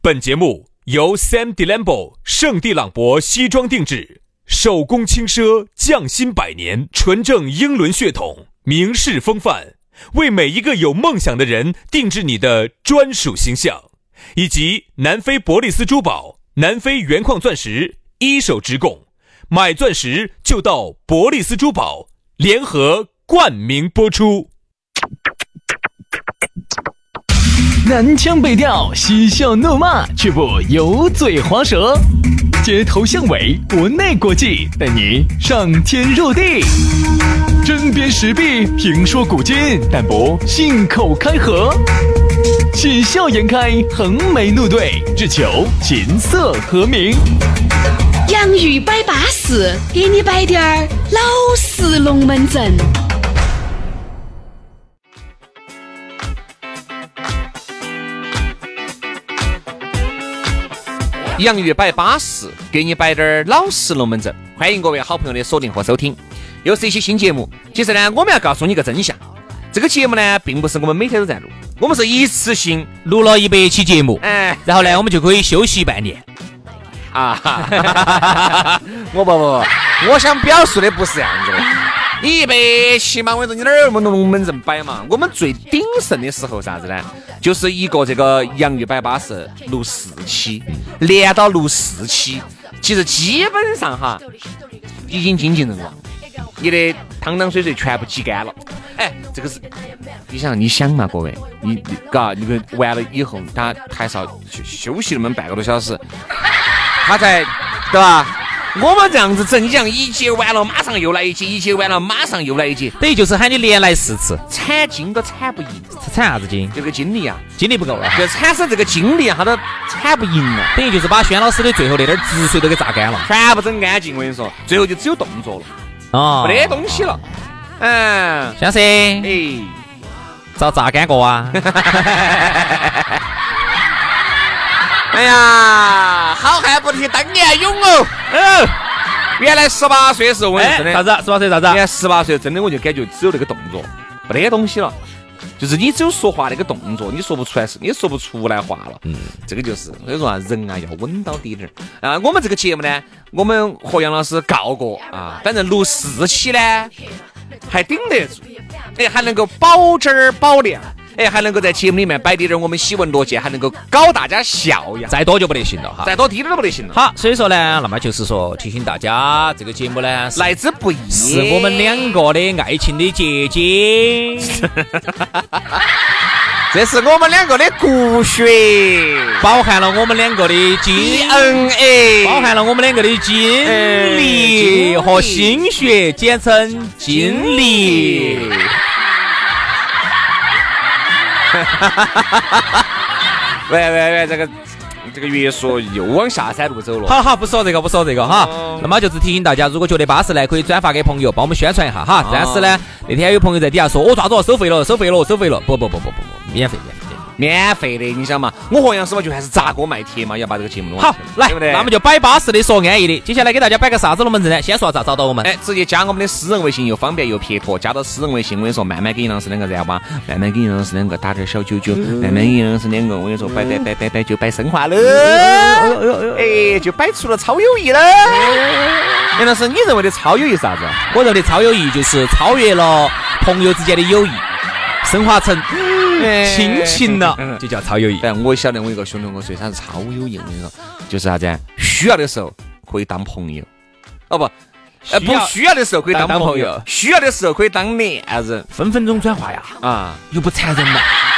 本节目由 Sam Delambo 圣地朗博西装定制，手工轻奢，匠心百年，纯正英伦血统，名士风范，为每一个有梦想的人定制你的专属形象，以及南非伯利斯珠宝、南非原矿钻石一手直供，买钻石就到伯利斯珠宝，联合冠名播出。 南腔北调，嬉笑怒骂，却不油嘴滑舌，街头巷尾，国内国际，带你上天入地，针砭时弊，评说古今，但不信口开河，喜笑颜开，横眉怒对，只求琴瑟和鸣。 洋芋摆巴士，给你摆点儿老式龙门阵。 洋芋摆巴士，给你摆点老实龙门阵。欢迎各位好朋友的锁定和收听，又是一期新节目。其实呢，我们要告诉你一个真相，这个节目呢，并不是我们每天都在录，我们是一次性录了100期节目，然后呢，我们就可以休息半年。 我想表述的不是这样子的。100期嘛，我说你哪儿有龙门阵摆嘛？我们最鼎盛的时候啥子呢？就是一个这个洋芋摆巴士录4期，连到录4期，其实基本上哈已经精尽人亡，你的汤汤水水全部挤干了。这个是你想嘛，各位，你完了以后，他还是要休息那么半个多小时，他才对吧？我们这样子整，你讲一节完了马上又来一节，一节完了马上又来一节， 等于就是喊你连来4次， 产精都产不赢。 产啥子精？ 这个精力啊， 精力不够了， 就产生这个精力啊，他都产不赢了。 等于就是把轩老师的最后那点汁水都给榨干了， 全部整干净。我跟你说，最后就只有动作了，没得东西了。 先生，遭榨干过啊？ 哎呀，好汉不提当年勇哦！原来18岁的时候，我真的啥子？18岁啥子？ 原来18岁真的我就感觉只有那个动作，没得东西了。就是你只有说话那个动作，你说不出来，你说不出来话了。这个就是所以说啊，人啊要稳到底点啊。我们这个节目呢，我们和杨老师告过啊，反正录4期呢还顶得住，还能够保汁儿保量。还能够在节目里面摆点我们喜闻乐见，还能够搞大家笑呀， 再多就不得行了哈， 再多滴点都不得行了。 好，所以说呢，那么就是说提醒大家，这个节目呢来之不易， 是我们两个的爱情的结晶， 这是我们两个的骨血， 包含了我们两个的 DNA， 包含了我们两个的精力和心血，简称精力。 喂，这个越说又往下山路走了。 好，不说这个哈。那么就是提醒大家，如果觉得巴适呢，可以转发给朋友，帮我们宣传一下哈。但是呢，那天有朋友在底下说，抓住收费了。不，免费的，你想嘛，我和杨师傅就还是砸锅卖铁嘛，要把这个节目弄完。好，来，对不对？那么就摆巴适的，说安逸的。接下来给大家摆个啥子龙门阵呢？先说咋找到我们？ 直接加我们的私人微信，又方便又撇脱。加到私人微信，我跟你说，慢慢给杨老师两个燃吧，慢慢给杨老师两个打点小九，慢慢给杨老师两个，我跟你说，摆就摆升华了，就摆出了超友谊了。杨老师，你认为的超友谊是啥子？ 我认为的超友谊就是超越了朋友之间的友谊，升华成亲情了，就叫超友谊。 我晓得我一个兄弟跟我说啥是超友谊，我跟你说就是啥子？需要的时候可以当朋友，不需要的时候可以当朋友，需要的时候可以当恋人， 分分钟转化呀，又不残忍了。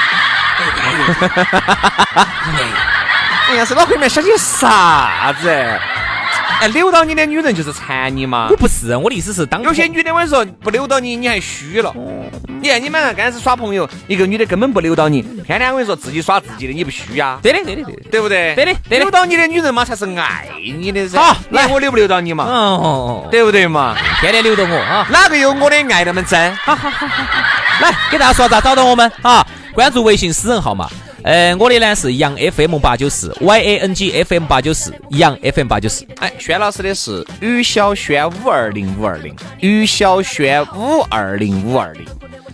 哎呀，这脑壳里面想起啥子？留到你的女人就是馋你吗？ 我不是，我的意思是有些女的我跟你说不留到你，你还虚了。你看你们刚开始耍朋友，一个女的根本不留到你，天天我跟你说自己耍自己的，你不虚呀？ 对不对？对的。 留到你的女人嘛才是爱你的噻。好，来我留不留到你嘛？对不对嘛？ 天天留到我啊！ 哪个有我的爱那么真？ 好，来给大家说咋找到我们啊？关注微信私人号码。我的呢是杨 FM894 YANG FM894 杨 FM894。 轩老师的是于小轩520520，于小轩520520。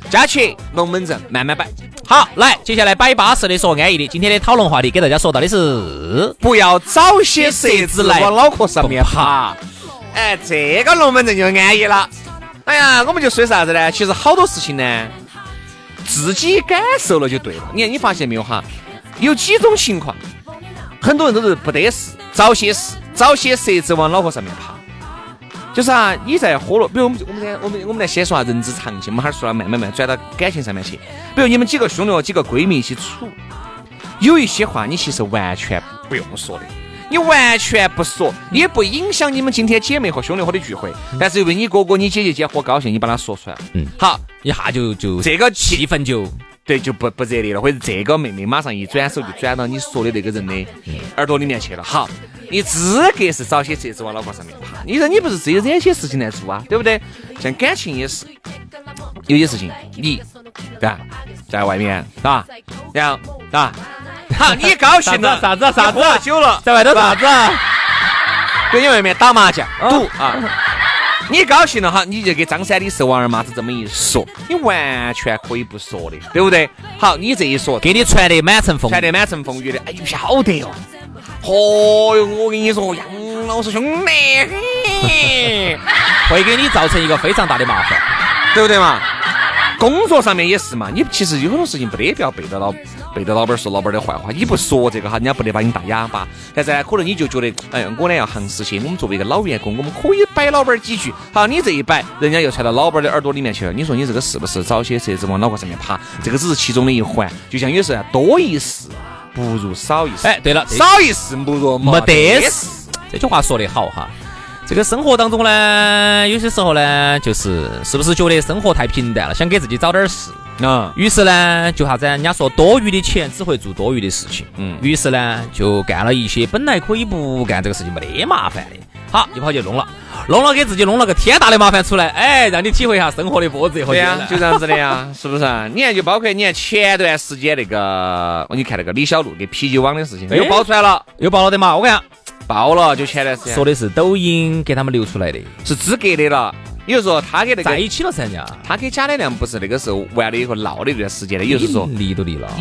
加起龙门阵慢慢摆。 好，来，接下来摆巴适的说安逸的。今天的讨论话题给大家说到的是， 不要找些蛇子来往脑壳上面爬。哎，这个龙门阵就安逸了。哎呀，我们就说啥子呢？其实好多事情呢，自己感受了就对了。你发现没有哈？有几种情况，很多人都是不得事，找些蛇子往脑壳上面爬。就是啊，你在喝了，比如我们来先说下人之常情，我们还是说慢慢转到感情上面去。比如你们几个兄弟几个闺蜜一起处，有一些话你其实完全不用说的，你完全不说，也不影响你们今天姐妹和兄弟伙的聚会。但是因为你哥哥你姐姐今天喝高兴，你把它说出来，好， 一下就这个气氛就不热烈了，或者这个妹妹马上一转手就转到你说的那个人的耳朵里面去了。好，你资格是找些蛇子往脑壳上面爬，你不是自己惹些事情来做啊，对不对？像感情也是，有些事情你对吧，在外面啊，然后啊，好，你高兴了， 啥子喝酒了， 在外头啥子？ 跟你外面打麻将赌啊。你高兴了哈，你就给张三李四王二麻子这么一说，你完全可以不说的，对不对？好，你这一说， 给你传得满城风雨的，哎呦晓得哦。哦哟，我跟你说，杨老师兄弟， 会给你造成一个非常大的麻烦， 对不对嘛？工作上面也是嘛，你其实有很多事情不得不要背着老板说老板的坏话，你不说这个哈，人家不得把你打哑巴。但是呢，可能你就觉得，哎呀，我呢要行实些，我们作为一个老员工，我们可以摆老板几句。好，你这一摆，人家又传到老板的耳朵里面去了。你说你这个是不是找些蛇子往脑壳上面爬？这个只是其中的一环。就像有时候多一事不如少一事。 哎，对了， 少一事不如没得事。 这句话说得好哈。这个生活当中呢，有些时候呢，是不是觉得生活太平淡了，想给自己找点事于是呢，就啥子人家说多余的钱只会做多余的事情，于是呢，就干了一些本来可以不干这个事情没得麻烦的，好，就跑去弄了，给自己弄了个天大的麻烦出来，哎，让你体会一下生活的波折和艰难。 就这样子的呀，是不是？你看，就包括你看前段时间那个，你看那个李小璐给啤酒网的事情，又爆出来了， 又爆了的嘛，我看。 爆了，就前段时间说的是抖音给他们流出来的， 是资格的了。也就是说，他给那个在一起了噻，人家他给贾乃亮不是那个时候完了以后闹的那段时间的，也就是说离都离了。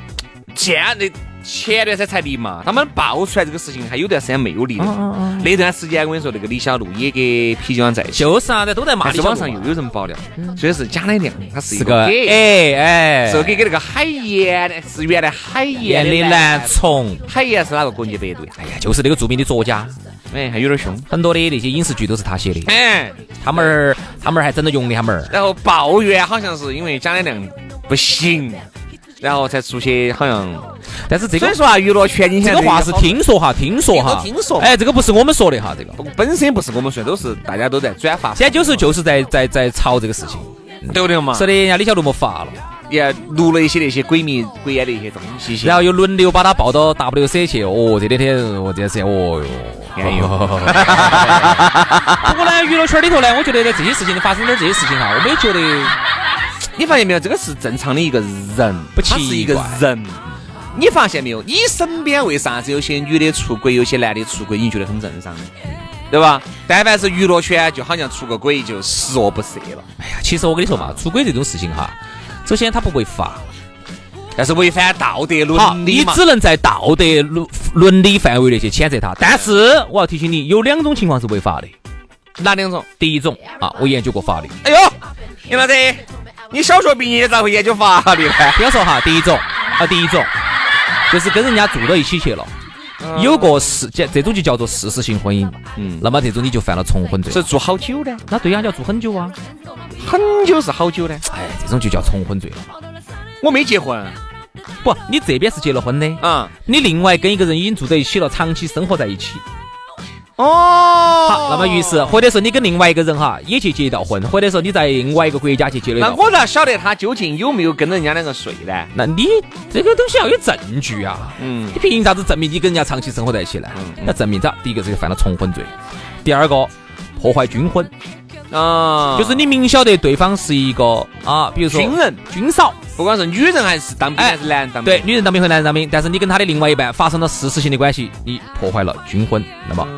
前段才离嘛，他们爆出来这个事情还有段时间没有离的。那段时间我跟你说，那个李小璐也跟啤酒网在一起， 就是啊，都在骂。 但是网上又有人爆料，所以是贾乃亮他是一个是给那个海盐的，是原来海盐的男宠。 海盐是哪个国际百度？ 哎呀，就是那个著名的作家。 哎，还有点凶， 很多的那些影视剧都是他写的。 哎， 他们还真的用的他们。 然后抱怨好像是因为贾乃亮不行，然后才出去好像。 但是这个所以说啊，娱乐圈这个话是听说哈。哎，这个不是我们说的哈，这个本身不是我们说的，都是大家都在转发。 现在就是在炒这个事情， 对不对嘛？ 是的，人家李小璐没发了。 也录了一些那些鬼迷鬼眼的一些东西， 然后又轮流把他报到 WC 去。哦，这两天我这是哦哟， 哎呦。 不过呢，娱乐圈里头呢，我觉得这些事情发生点这些事情哈，我没觉得。 你发现没有？这个是正常的一个人， 不奇怪， 他是一个人。你发现没有？你身边为啥子有些女的出轨，有些男的出轨，你觉得很正常的？对吧？但凡是娱乐圈，就好像出个轨就十恶不赦了。 哎呀，其实我跟你说嘛，出轨这种事情哈，首先他不违法， 但是违反道德伦理嘛， 你只能在道德伦理范围内去谴责他。但是我要提醒你，有两种情况是违法的。 哪两种？ 第一种啊，我研究过法律。 哎呦，你老子，你小学毕业咋会研究法律呢？ 不要说哈，第一种就是跟人家住到一起去了。有个这种就叫做事实性婚姻，那么这种你就犯了重婚罪。 是住好久呢？ 那对呀，要住很久啊。 很久是好久呢？ 哎，这种就叫重婚罪了。 我没结婚， 不，你这边是结了婚的啊，你另外跟一个人已经住在一起了，长期生活在一起。 哦， 好，那么于是或者是你跟另外一个人哈也去结一道婚，或者说你在另外一个国家去结了一道婚。 那我咋晓得他究竟有没有跟人家两个睡呢？ 那你这个东西要有证据啊，你凭啥子证明你跟人家长期生活在一起呢？要证明啥？第一个是犯了重婚罪，第二个破坏军婚啊，就是你明晓得对方是一个啊，比如说军嫂， 不管是女人还是当兵还是男人当兵， 对，女人当兵和男人当兵，但是你跟他的另外一半发生了事实性的关系，你破坏了军婚，那么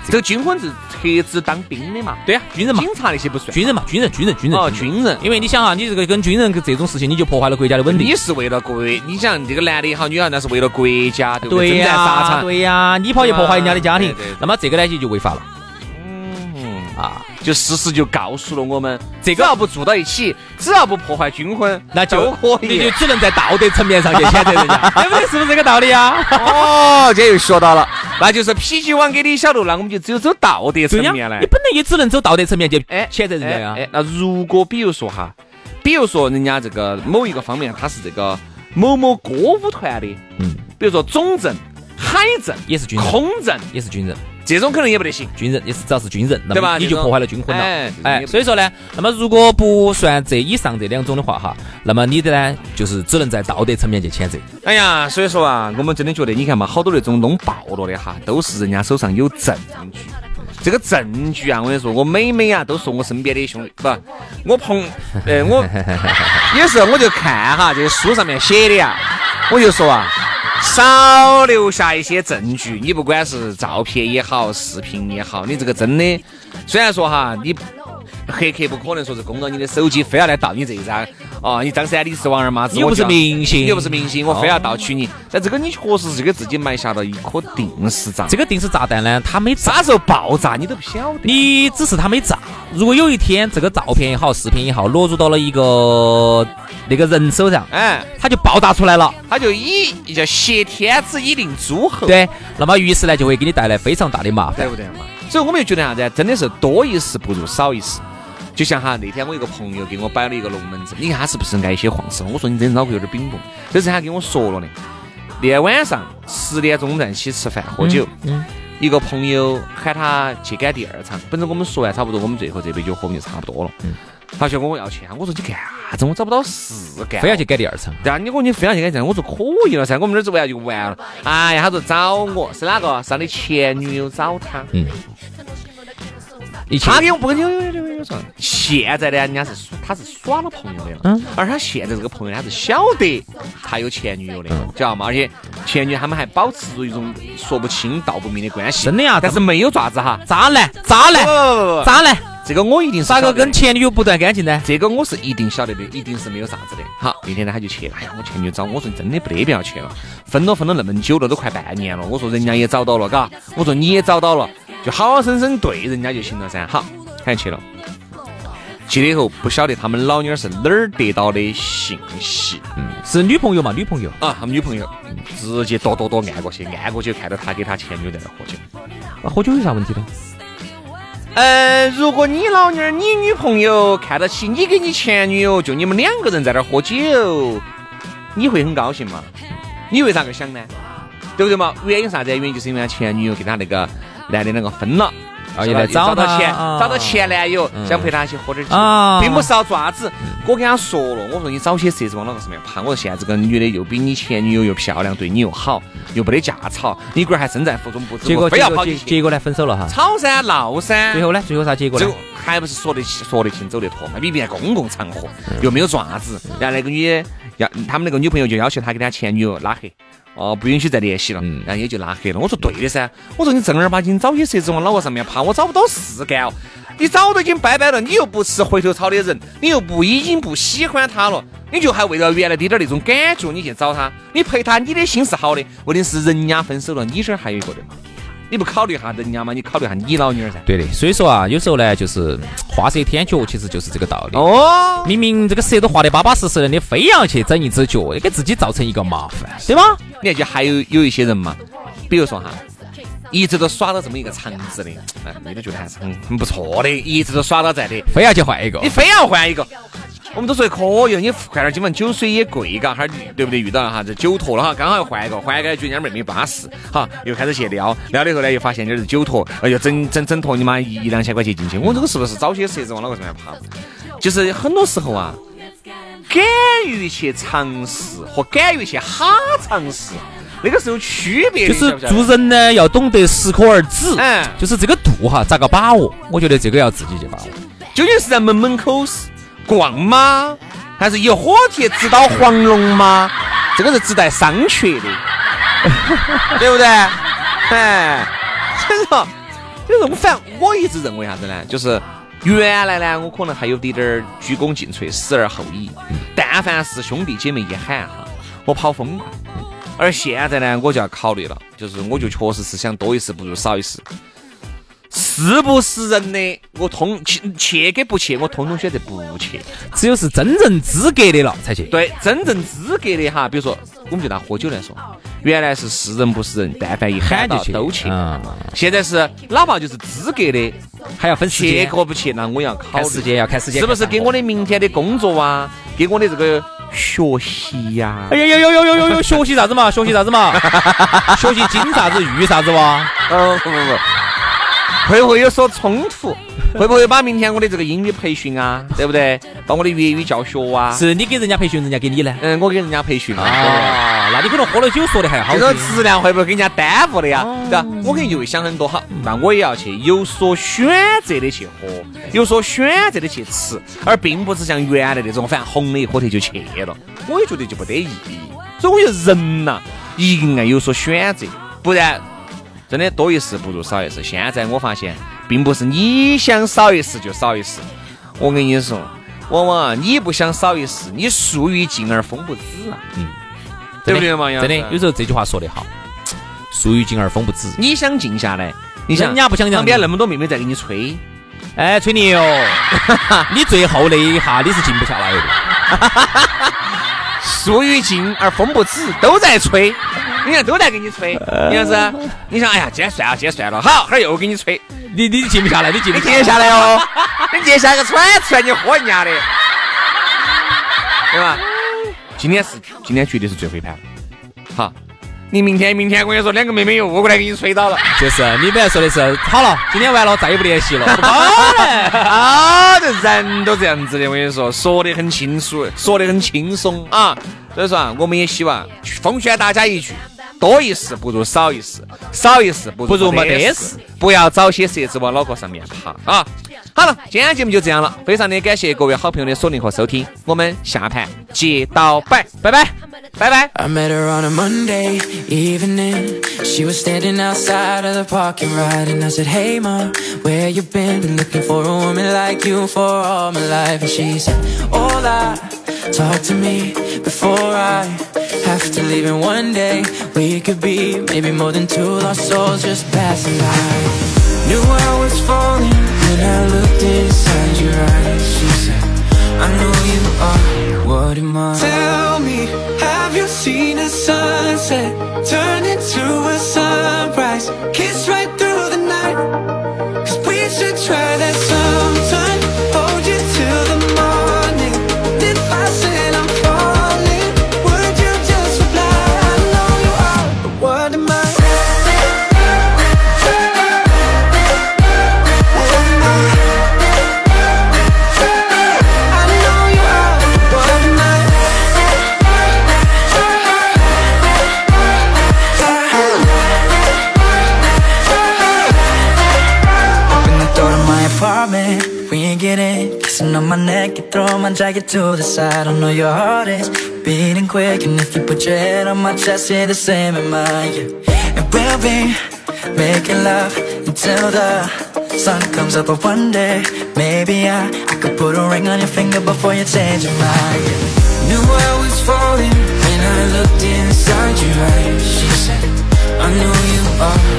这个军婚是特指当兵的嘛？ 对啊，军人嘛， 警察那些不算。 军人嘛，军人。 哦，军人。 因为你想啊，你这个跟军人这种事情，你就破坏了国家的稳定。 你是为了国，你想这个男的也好，女的那是为了国家，对不对？ 对呀， 沙场。 对呀，你跑去破坏人家的家庭， 对那么这个呢就违法了。 就事实就告诉了我们， 这个只要不住到一起，只要不破坏军婚， 那就可以。 你就只能在道德层面上去谴责人家，对不对？是不是这个道理啊？ 哦，这又学到了，那就是否极王给李小璐，那我们就只有走道德层面来。 你本来也只能走道德层面去谴责人家呀。 那如果比如说人家这个某一个方面，他是这个某某歌舞团的，比如说总政、海政也是军人， 空政也是军人。 这种可能也不得行， 军人也是只要是军人，那对吧？ 么你就破坏了军婚了。所以说呢，那么如果不算这以上这两种的话哈，那么你的呢就是只能在道德层面去谴责。 哎呀，所以说啊，我们真的觉得，你看嘛，好多那种弄爆了的哈，都是人家手上有证据。这个证据啊，我跟你说，我每啊都说我身边的兄弟，不，我也是，我就看哈，这个书上面写的呀，我就说啊。少留下一些证据，你不管是照片也好，视频也好，你这个真的，虽然说哈，你黑客不可能说是攻到你的手机，非要来盗你这一张哦，你张三李四王二麻子， 你又不是明星， 我非要盗取你，但这个你确实是给自己埋下了一颗定时炸弹。 这个定时炸弹呢，它没炸， 啥时候爆炸你都不晓得， 你只是它没炸。如果有一天这个照片也好，视频也好，落入到了一个那个人手上，它就爆炸出来了， 它就叫挟天子以令诸侯。 对，那么于是呢就会给你带来非常大的麻烦， 对不对嘛？所以我们就觉得啥子，真的是多一事不如少一事。就像哈，那天我一个朋友给我摆了一个龙门阵，你看他是不是挨一些晃神？我说你真脑壳有点冰崩。这是他跟我说了的。那天晚上10点钟在一起吃饭喝酒，一个朋友喊他去赶第二场，本身我们说完差不多，我们最后这杯酒喝就差不多了。他就跟我要钱，我说你干啥子？我找不到事干， 非要去赶第二场。 对啊，你说你非要去赶第二场，我说可以了噻，我们这儿子玩就完了。哎呀，他说找我是哪个？是他的前女友找他。他给我不跟有说，现在呢，人家他是耍了朋友的了，而他现在这个朋友他是晓得他有前女友的，知道吗？而且前女友他们还保持着一种说不清道不明的关系， 真的呀， 但是没有爪子哈， 渣男， 这个我一定是咋个跟前女友不断干净呢？ 这个我是一定晓得的，一定是没有啥子的。好，那天呢他就去了，哎呀，我前女友找我说你真的不得不要去了，分了那么久了，都快半年了，我说人家也找到了，嘎，我说你也找到了。就好好生生对人家就行了噻。好，他去了，去了以后不晓得他们老妞是哪儿得到的信息， 是女朋友嘛？女朋友啊，他们女朋友直接哆按过去看到他给他前女友在那喝酒。 喝酒有啥问题呢？ 如果你老妞你女朋友看得起你跟你前女友，就你们2个人在那喝酒，你会很高兴吗？你为啥个想呢？对不对嘛？原因啥子？原因就是因为他前女友跟他那个男的那个分了， 也来找到前男友，想陪他一起喝点酒，并不是要爪子。我跟他说了，我说你早些设置往那个上面爬。我说现在这个女的又比你前女友又漂亮，对你又好，又没得架吵，你龟儿还身在福中不知，非要跑进去。 结果呢，分手了哈。 吵噻，闹噻。 最后啥结果呢？ 还不是说得清走得脱嘛？比别公共场合又没有爪子，然后那个女他们那个女朋友就要求他给他前女友拉黑。不允许再联系了，然后也就拉黑了。我说对的噻，我说你正儿八经早些设置往脑壳上面爬，我找不到事干哦。你早都已经拜了，你又不是回头草的人，你又已经不喜欢他了，你就还为了原来的点那种感觉你去找他，你陪他，你的心是好的，问题是人家分手了，你这儿还有一个的嘛。你不考虑下人家吗？你考虑下你老妞噻。 对的，所以说啊，有时候呢，就是画蛇添脚，其实就是这个道理。明明这个蛇都画得巴巴适适的，你非要去整一只脚，给自己造成一个麻烦，对吗？ 你看，就还有一些人嘛，比如说哈，一直都耍到这么一个长子的，你都觉得还是很不错的，一直都耍到在的， 非要去换一个， 你非要换一个。我们都说可以，你看点今晚酒水也贵，嘎，哈，对不对？遇到了哈，这酒托了哈，刚好要换一个，觉得人家妹妹巴适，哈，又开始去聊了以后呢，又发现这是酒托，又整托你妈1-2千块钱进去，我这个是不是早些设置往脑壳上面爬？就是很多时候啊，敢于去尝试和敢于去哈尝试，那个是有区别的。 就是做人呢，要懂得适可而止，就是这个度哈，咋个把握？我觉得这个要自己去把握。 究竟是在门口逛吗？还是一火铁直捣黄龙吗？这个是自带商榷的，对不对？所以说就是反正我一直认为啥子呢？就是原来呢，我可能还有点鞠躬尽瘁，死而后已。但凡是兄弟姐妹一喊哈，我跑风快。而现在呢，我就要考虑了，就是我就确实是想多一事不如少一事。是不是人的，我去给不去，我通通选择不去。 只有是真正资格的了才去。 对，真正资格的哈，比如说我们就拿喝酒来说，原来是人不是人，但凡一喊到都去。现在是哪怕就是资格的， 还要分时间， 去可不去，那我要考虑时间，要看时间， 是不是给我的明天的工作啊，给我的这个学习呀？ 哎呀，有，学习啥子嘛？学习啥子嘛？学习金啥子玉啥子哇？ 不。会不会有所冲突？会不会把明天我的这个英语培训啊，对不对？把我的粤语教学啊， 是你给人家培训，人家给你呢？ 我给人家培训啊。 那你可能喝了酒说的还好。 这个质量会不会给人家耽误的呀？对吧？我肯定就会想很多，好，那我也要去有所选择的去喝，有所选择的去吃，而并不是像原来那种反正红了一喝头就去了。我也觉得就不得意义。所以我觉得人呐，一定要有所选择，不然。真的多一事不如少一事。现在我发现，并不是你想少一事就少一事。我跟你说，往往你不想少一事，你树欲静而风不止啊。对不对嘛？ 真的，有时候这句话说得好，树欲静而风不止。 你想静下来，你想人家不想旁边那么多妹妹在给你吹， 哎，吹牛，你最后那一下你是静不下来的。 树欲静而风不止，都在吹。你看都在给你吹，你看是？你想，哎呀，今天算了，好，又给你吹， 你静不下来，你静下来哦，你接下来个喘出来，你喝人家的，对吧？今天绝对是最后一盘了，好，你明天我跟你说，两个妹妹又过来给你吹倒了， 就是你本来说的是好了，今天完了再也不联系了，不可能啊，这人都这样子的，我跟你说得很清楚，说得很轻松啊，所以说啊，我们也希望奉劝大家一句。多一事不如少一事，少一事不如没得事，不要找些蛇子往脑壳上面爬啊！好了，今天节目就这样了，非常的感谢各位好朋友的锁定和收听，我们下盘接到拜，拜拜，拜拜。I met her on a Monday evening. She was standing outside of the parking lot, and I said, Hey ma, where you been looking for a woman like you for all my life? And she said, Hola, talk to me before I have to leave. And one day we could be maybe more than two lost souls just passing by. Knew I was falling when I looked inside your eyes. She said, I know you are. What am I? Tell me, have you seen a sunset turn into a sunrise? Kiss right through the night. 'Cause we should try that sometime. Hold you till the morning. If I said I'm falling, would you just reply? I know you are, but what am I? We ain't getting kissing on my neck, you throw my jacket to the side. I know your heart is beating quick, and if you put your head on my chest, you're the same in mine. Yeah. And we'll be making love until the sun comes up. But one day, maybe I could put a ring on your finger before you change your mind. Yeah. Knew I was falling when I looked inside your eyes. She said, I know you are.